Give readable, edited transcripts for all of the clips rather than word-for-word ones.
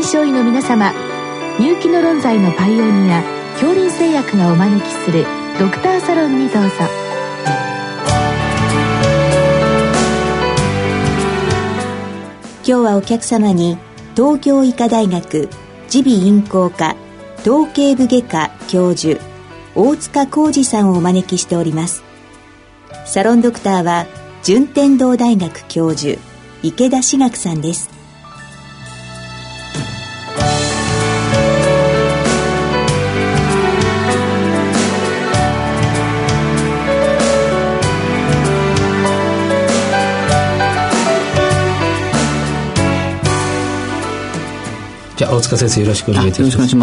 症医の皆様、入気の論剤のパイオニア恐林製薬がお招きするドクターサロンにどうぞ。 今日はお客様に東京医科大学耳鼻咽喉科頭頸部外科教授大塚浩二さんをお招きしております。サロンドクターは順天堂大学教授池田志学さんです。 じゃあ大塚先生、よろしくお願いいたします。 よろしくお願いします。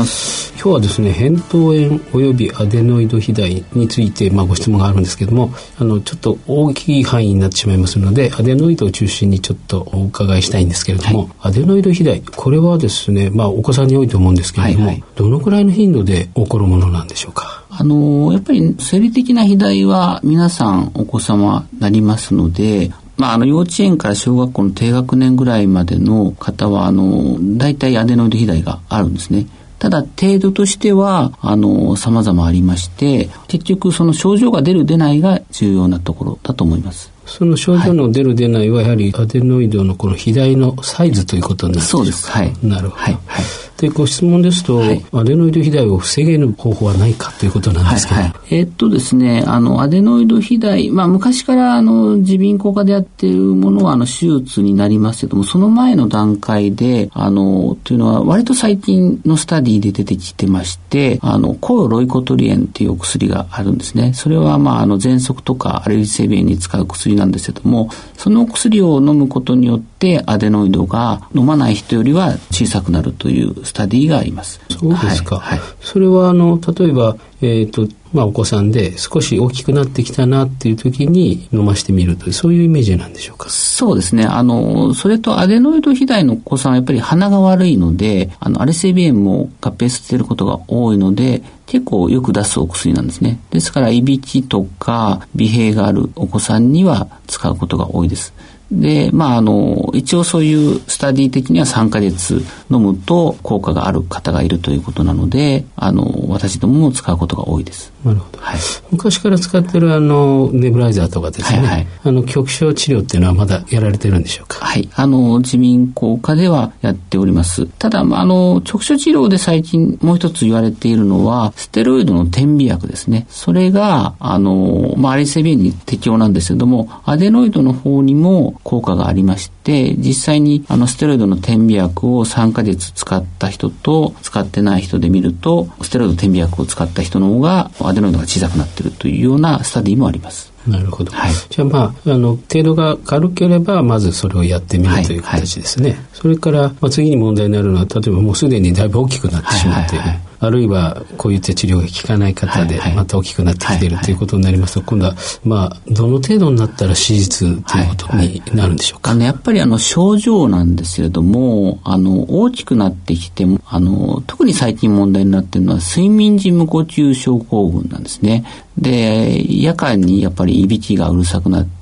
今日はですね、扁桃炎およびアデノイド肥大について、ご質問があるんですけども、ちょっと大きい範囲になってしまいますので、アデノイドを中心にちょっとお伺いしたいんですけれども、はい、アデノイド肥大、これはですね、お子さんに多いと思うんですけれども、どのくらいの頻度で起こるものなんでしょうか。 やっぱり生理的な肥大は皆さんお子様なりますので、幼稚園から小学校の低学年ぐらいまでの方は大体アデノイド肥大があるんですね。ただ程度としては様々ありまして、結局その症状が出る出ないが重要なところだと思います。 その症状の出る出ないはやはりアデノイドのこの肥大のサイズということになるんでしょうか。そうです。はい。なるほど。はい。はい。で、ご質問ですと、はい、アデノイド肥大を防げる方法はないかということなんですけど。はいはい、ですね、アデノイド肥大、昔から耳鼻咽喉科でやっているものは手術になりますけども、その前の段階で、というのは割と最近のスタディで出てきてまして、抗ロイコトリエンっていうお薬があるんですね。それは喘息とかアレルギー性鼻炎に使う薬なんですけども、そのお薬を飲むことによってアデノイドが飲まない人よりは小さくなるというスタディがあります。 そうですか。はいはい、それは例えば、お子さんで少し大きくなってきたなっていう時に飲ましてみるという、そういうイメージなんでしょうか。 そうですね。それとアデノイド肥大のお子さんはやっぱり鼻が悪いので、アレルギーも合併していることが多いので、結構よく出すお薬なんですね。ですから、いびきとか鼻閉があるお子さんには使うことが多いです。で、一応そういうスタディ的には3ヶ月飲むと効果がある方がいるということなので、私どもも使うことが多いです。 なるほど。はい、昔から使っているネブライザーとかですね、はいはい、局所治療っていうのはまだやられてるんでしょうか。 はい。耳鼻咽喉科ではやっております。ただ、直所治療で最近もう一つ言われているのは、ステロイドの点鼻薬ですね。それが、アレルギー性鼻炎に適用なんですけども、アデノイドの方にも効果がありまして、実際にステロイドの点鼻薬を3ヶ月使った人と使ってない人で見ると、ステロイド点鼻薬を使った人の方がアデノイドが小さくなっているというようなスタディもあります。 なるほど。はい、じゃあ程度が軽ければまずそれをやってみるという形ですね。はいはい、それから、次に問題になるのは、例えばもうすでにだいぶ大きくなってしまっている。あるいはこういった治療が効かない方でまた大きくなってきているということになりますと、今度はどの程度になったら手術ということになるんでしょうか。 やっぱり症状なんですけれども、大きくなってきても特に最近問題になっているのは睡眠時無呼吸症候群なんですね。で、夜間にやっぱりいびきがうるさくなって、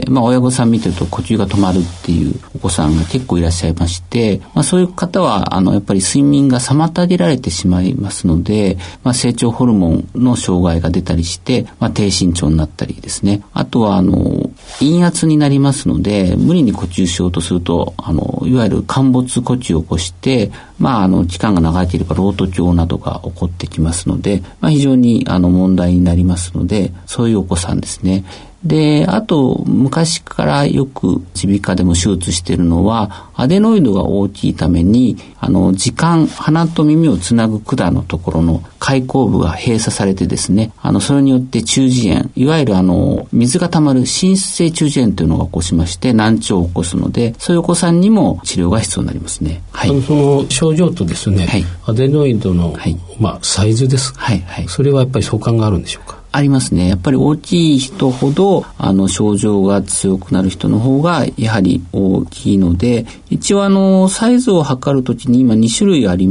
親御さん見てると呼吸が止まるっていうお子さんが結構いらっしゃいまして、そういう方はやっぱり睡眠が妨げられてしまいますので、成長ホルモンの障害が出たりして、低身長になったりですね。あとは陰圧になりますので、無理に呼吸しようとするといわゆる陥没呼吸を起こして、期間が長ければロート症などが起こってきますので、非常に問題になりますので、そういうお子さんですね。で、あと昔からよく耳鼻科でも手術しているのは、アデノイドが大きいために耳管、鼻と耳をつなぐ管のところの開口部が閉鎖されてですね、それによって中耳炎、いわゆる水が溜まる滲出性中耳炎というのが起こしまして難聴を起こすので、そういうお子さんにも治療が必要になりますね。はい。 その症状とですね、はい、アデノイドの、はい、サイズです。はいはい。それはやっぱり相関があるんでしょうか。 ありますね。やっぱり大きい人ほど症状が強くなる人の方がやはり大きいので、一応サイズを測るときに今2種類ありまして、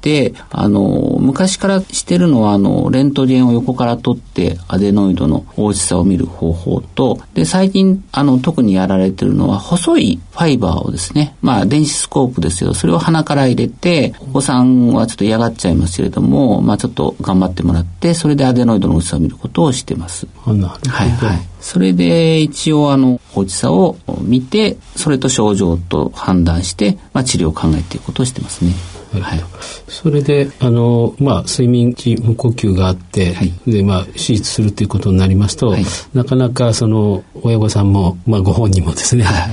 て、昔からしてるのは、レントゲンを横から撮ってアデノイドの大きさを見る方法と、で、最近、特にやられてるのは、細いファイバーをですね、電子スコープですよ。それを鼻から入れて、お子さんはちょっと嫌がっちゃいますけれども、ちょっと頑張ってもらって、それでアデノイドの大きさを見ることをしてます。 なるほど。 はいはい。それで一応大きさを見て、それと症状と判断して、治療を考えていくことをしてますね。 はい。それで睡眠時無呼吸があって、はい、で手術するということになりますと、はい、なかなか親御さんもご本人もですね、はい、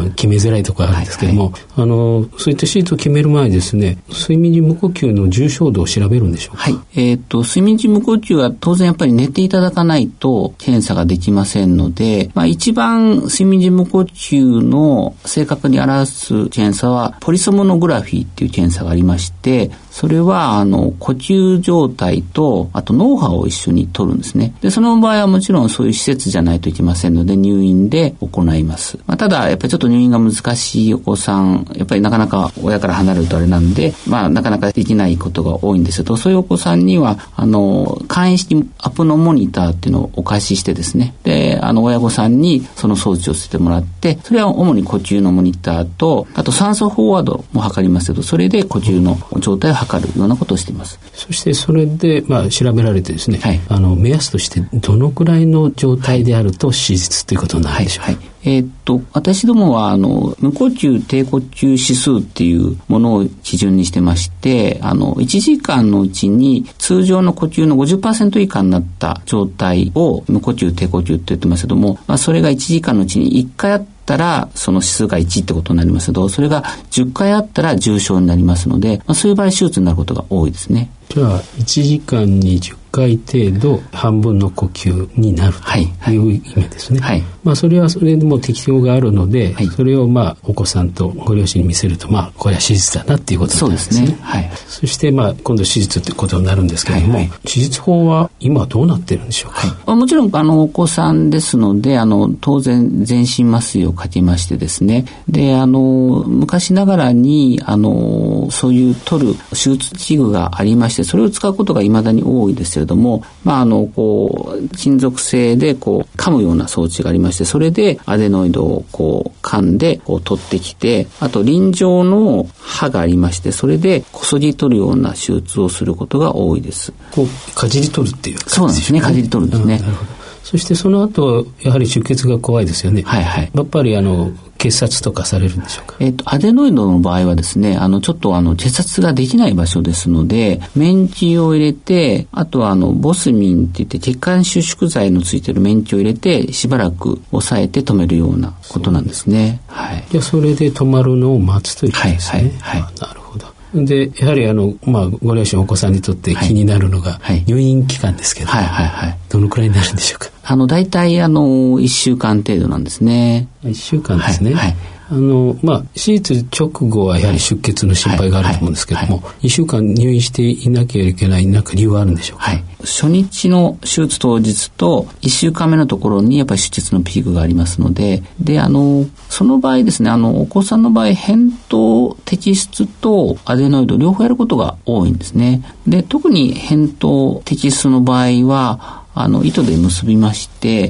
決めづらいところあるんですけども、はいはい、そういった手術を決める前にですね、睡眠時無呼吸の重症度を調べるんでしょうか。 はい。睡眠時無呼吸は当然やっぱり寝ていただかないと検査ができませんので、一番睡眠時無呼吸の正確に表す検査はポリソモノグラフィーっていう検査がありまして、それは呼吸状態とあと脳波を一緒に取るんですね。でその場合はもちろんそういう施設じゃないといけませんので入院で行います。ただやっぱりちょっと入院が難しいお子さん、やっぱりなかなか親から離れるとあれなんで、なかなかできないことが多いんですけど、そういうお子さんには簡易式アプノモニターっていうのをお貸ししてですね、で親御さんにその装置をつけてもらって、それは主に呼吸のモニターとあと酸素飽和度も測りますけど、それで呼吸の状態を測るようなことをしています。 そしてそれで調べられてですね、 はい、 目安としてどのくらいの状態であると手術ということになるんでしょうか。 はいはい、私どもは無呼吸低呼吸指数っていうものを基準にしてまして、1時間のうちに通常の呼吸の 50% 以下になった状態を無呼吸低呼吸って言ってますけども、それが1時間のうちに1回あったらその指数が1ってことになりますけど、それが10回あったら重症になりますので、そういう場合手術になることが多いですね。 じゃあ1時間に10回程度半分の呼吸になるという意味ですね。 はい。 それはそれでも適用があるので、はい、それをお子さんとご両親に見せるとこれは手術だなっていうことになるんですね。 そうですね。はい。 そして今度手術ってことになるんですけれども、はいはい、手術法は今どうなってるんでしょうか。 はい、もちろんお子さんですので当然全身麻酔をかけましてですね、で昔ながらにそういう取る手術器具がありまして、それを使うことが未だに多いですけれども、金属製で噛むような装置がありまして、それでアデノイドを噛んで取ってきて、あと輪状の刃がありまして、それでこそぎ取るような手術をすることが多いです。 かじり取るっていう感じですね。 そうなんですね。かじり取るんですね。 なるほど。そしてその後やはり出血が怖いですよね。 はいはい。 やっぱり結紮とかされるんでしょうか。 アデノイドの場合はですね、ちょっと結紮ができない場所ですので、綿虫を入れて、あとはボスミンって言って血管収縮剤のついてる綿虫を入れてしばらく抑えて止めるようなことなんですね。はい。 じゃあそれで止まるのを待つということですね。 はいはいはい。 なるほど。でやはりご両親お子さんにとって気になるのが入院期間ですけど、 はいはいはい、 どのくらいになるんでしょうか。 大体1週間程度なんですね。 1週間ですね。 はいはい。 手術直後はやはり出血の心配があると思うんですけども、2週間入院していなきゃいけない理由はあるんでしょうか。 はい。初日の手術当日と1週間目のところにやっぱり出血のピークがありますので、その場合ですね、お子さんの場合扁桃摘出とアデノイド両方やることが多いんですね。で、特に扁桃摘出の場合は糸で結びまして、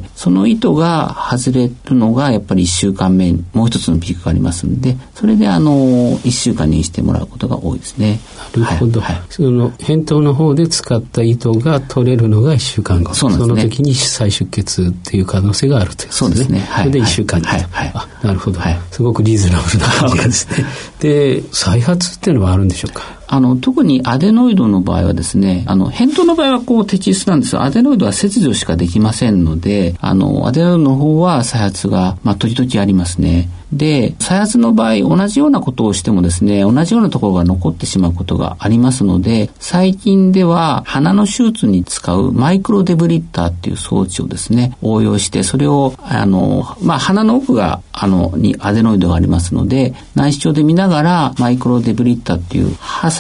その糸が外れるのがやっぱり1週間目にもう一つのピークがありますので、それで1週間にしてもらうことが多いですね。 なるほど。はいはい、その扁桃の方で使った糸が取れるのが1週間後。 そうなんですね。 その時に再出血っていう可能性があるということですね。 そうですね。はい、 それで1週間に。 はいはい、 なるほど、はい。すごくリーズナブルな感じがですね。で、再発っていうのはあるんでしょうか。 特にアデノイドの場合はですね、扁桃の場合は摘出なんですが、アデノイドは切除しかできませんので、アデノイドの方は再発が、時々ありますね。で、再発の場合、同じようなことをしてもですね、同じようなところが残ってしまうことがありますので、最近では鼻の手術に使うマイクロデブリッターっていう装置をですね、応用して、それを、鼻の奥が、にアデノイドがありますので、内視鏡で見ながら、マイクロデブリッターっていう、ハサ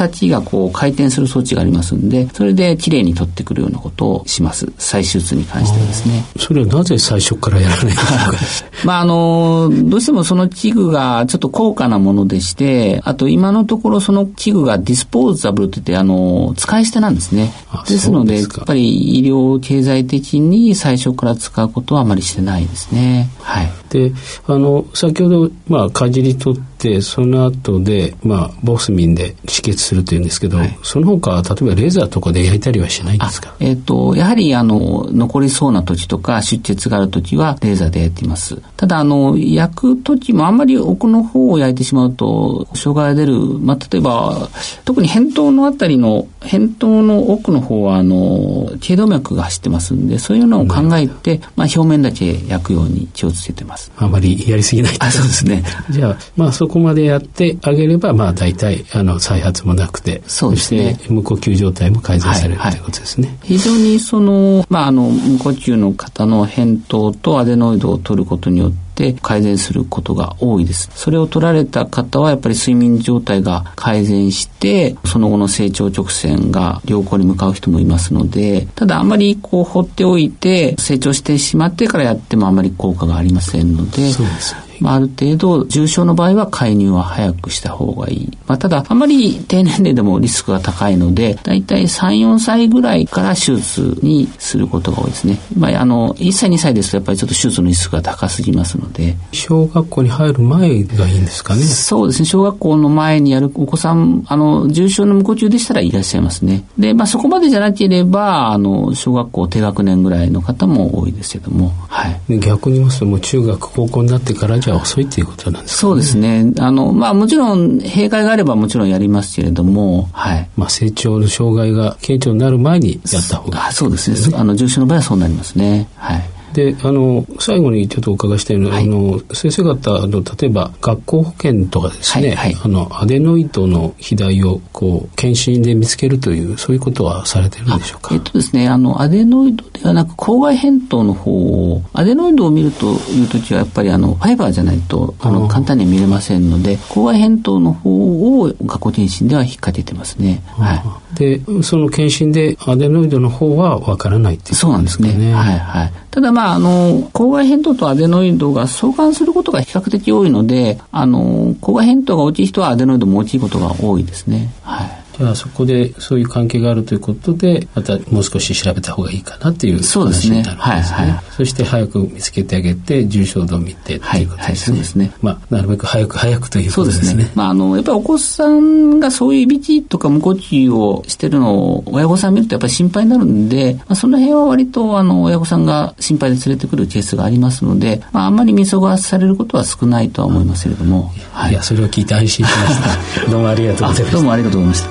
先がこう回転する装置がありますんで、それできれいに取ってくるようなことをします。再手術に関してはですね。 それはなぜ最初からやらないんでしょうか。 まあどうしてもその器具がちょっと高価なものでして、あと今のところその器具がディスポーザブルといって使い捨てなんですね。ですのでやっぱり医療経済的に最初から使うことはあまりしてないですね。はい。 で、先ほどかじり取ってその後でボスミンで止血するというんですけど、はい、その他例えばレーザーとかで焼いたりはしないんですか？ やはり残りそうな時とか出血がある時はレーザーで焼いています。ただ焼く時もあんまり奥の方を焼いてしまうと障害が出る。例えば特に扁桃のあたりの扁桃の奥の方は頸動脈が走ってますんで、そういうのを考えて、表面だけ焼くように気をつけてます。 あまりやりすぎないと。 そうですね。 じゃあそこまでやってあげれば大体再発もなくて、 そうですね、 そして無呼吸状態も改善されるということですね。 非常に無呼吸の方の扁桃とアデノイドを取ることによって改善することが多いです。それを取られた方はやっぱり睡眠状態が改善してその後の成長直線が良好に向かう人もいますので、ただあまり放っておいて成長してしまってからやってもあまり効果がありませんので、 そうですね。 ある程度重症の場合は介入は早くした方がいい。ただあまり低年齢でもリスクが高いので、だいたい 3,4 歳ぐらいから手術にすることが多いですね。1歳2歳ですとやっぱりちょっと手術のリスクが高すぎますので。 小学校に入る前がいいんですかね？ そうですね。小学校の前にやるお子さん重症の無呼吸でしたらいらっしゃいますね。でそこまでじゃなければ小学校低学年ぐらいの方も多いですけども、はい。 逆に言いますともう中学高校になってからじゃ遅いっていうことなんですかね？ そうですね。もちろん弊害があればもちろんやりますけれども、はい。 成長の障害が顕著になる前にやった方がいい、 そうですね。重症の場合はそうなりますね。はい。 で最後にちょっとお伺いしたいのは、はい、先生方例えば学校保健とかですね、はいはい、アデノイドの肥大を検診で見つけるというそういうことはされてるんでしょうか？ ですね、アデノイドではなく口外扁桃の方をアデノイドを見るというときはやっぱりファイバーじゃないと簡単には見れませんので、口外扁桃の方を学校検診では引っ掛けてますね。はい。 でその検診でアデノイドの方はわからないっていうことですかね？ そうなんですね。はいはい。ただ口外扁桃とアデノイドが相関することが比較的多いので、口外扁桃が大きい人はアデノイドも大きいことが多いですね。はい。 じゃあそこでそういう関係があるということでまたもう少し調べた方がいいかなっていう話になるんですね。はいはい。そして早く見つけてあげて重症度を見てっていうことですね。はい、そうですね。なるべく早くということですね。そうですね。 やっぱりお子さんがそういういびきとか無呼吸をしてるのを親御さん見るとやっぱり心配になるんで、その辺は割と親御さんが心配で連れてくるケースがありますので、あんまり見過ごされることは少ないとは思いますけれども、 はい。いやそれを聞いて安心しました。どうもありがとうございました。 どうもありがとうございました。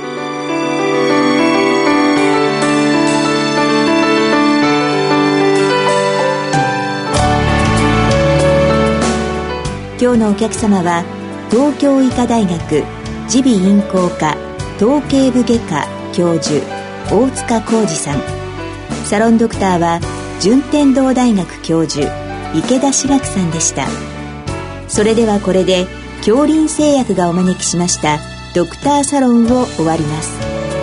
今日のお客様は東京医科大学耳鼻咽喉科頭頸部外科教授大塚浩二さん、サロンドクターは順天堂大学教授池田志学さんでした。それではこれで京林製薬がお招きしましたドクターサロンを終わります。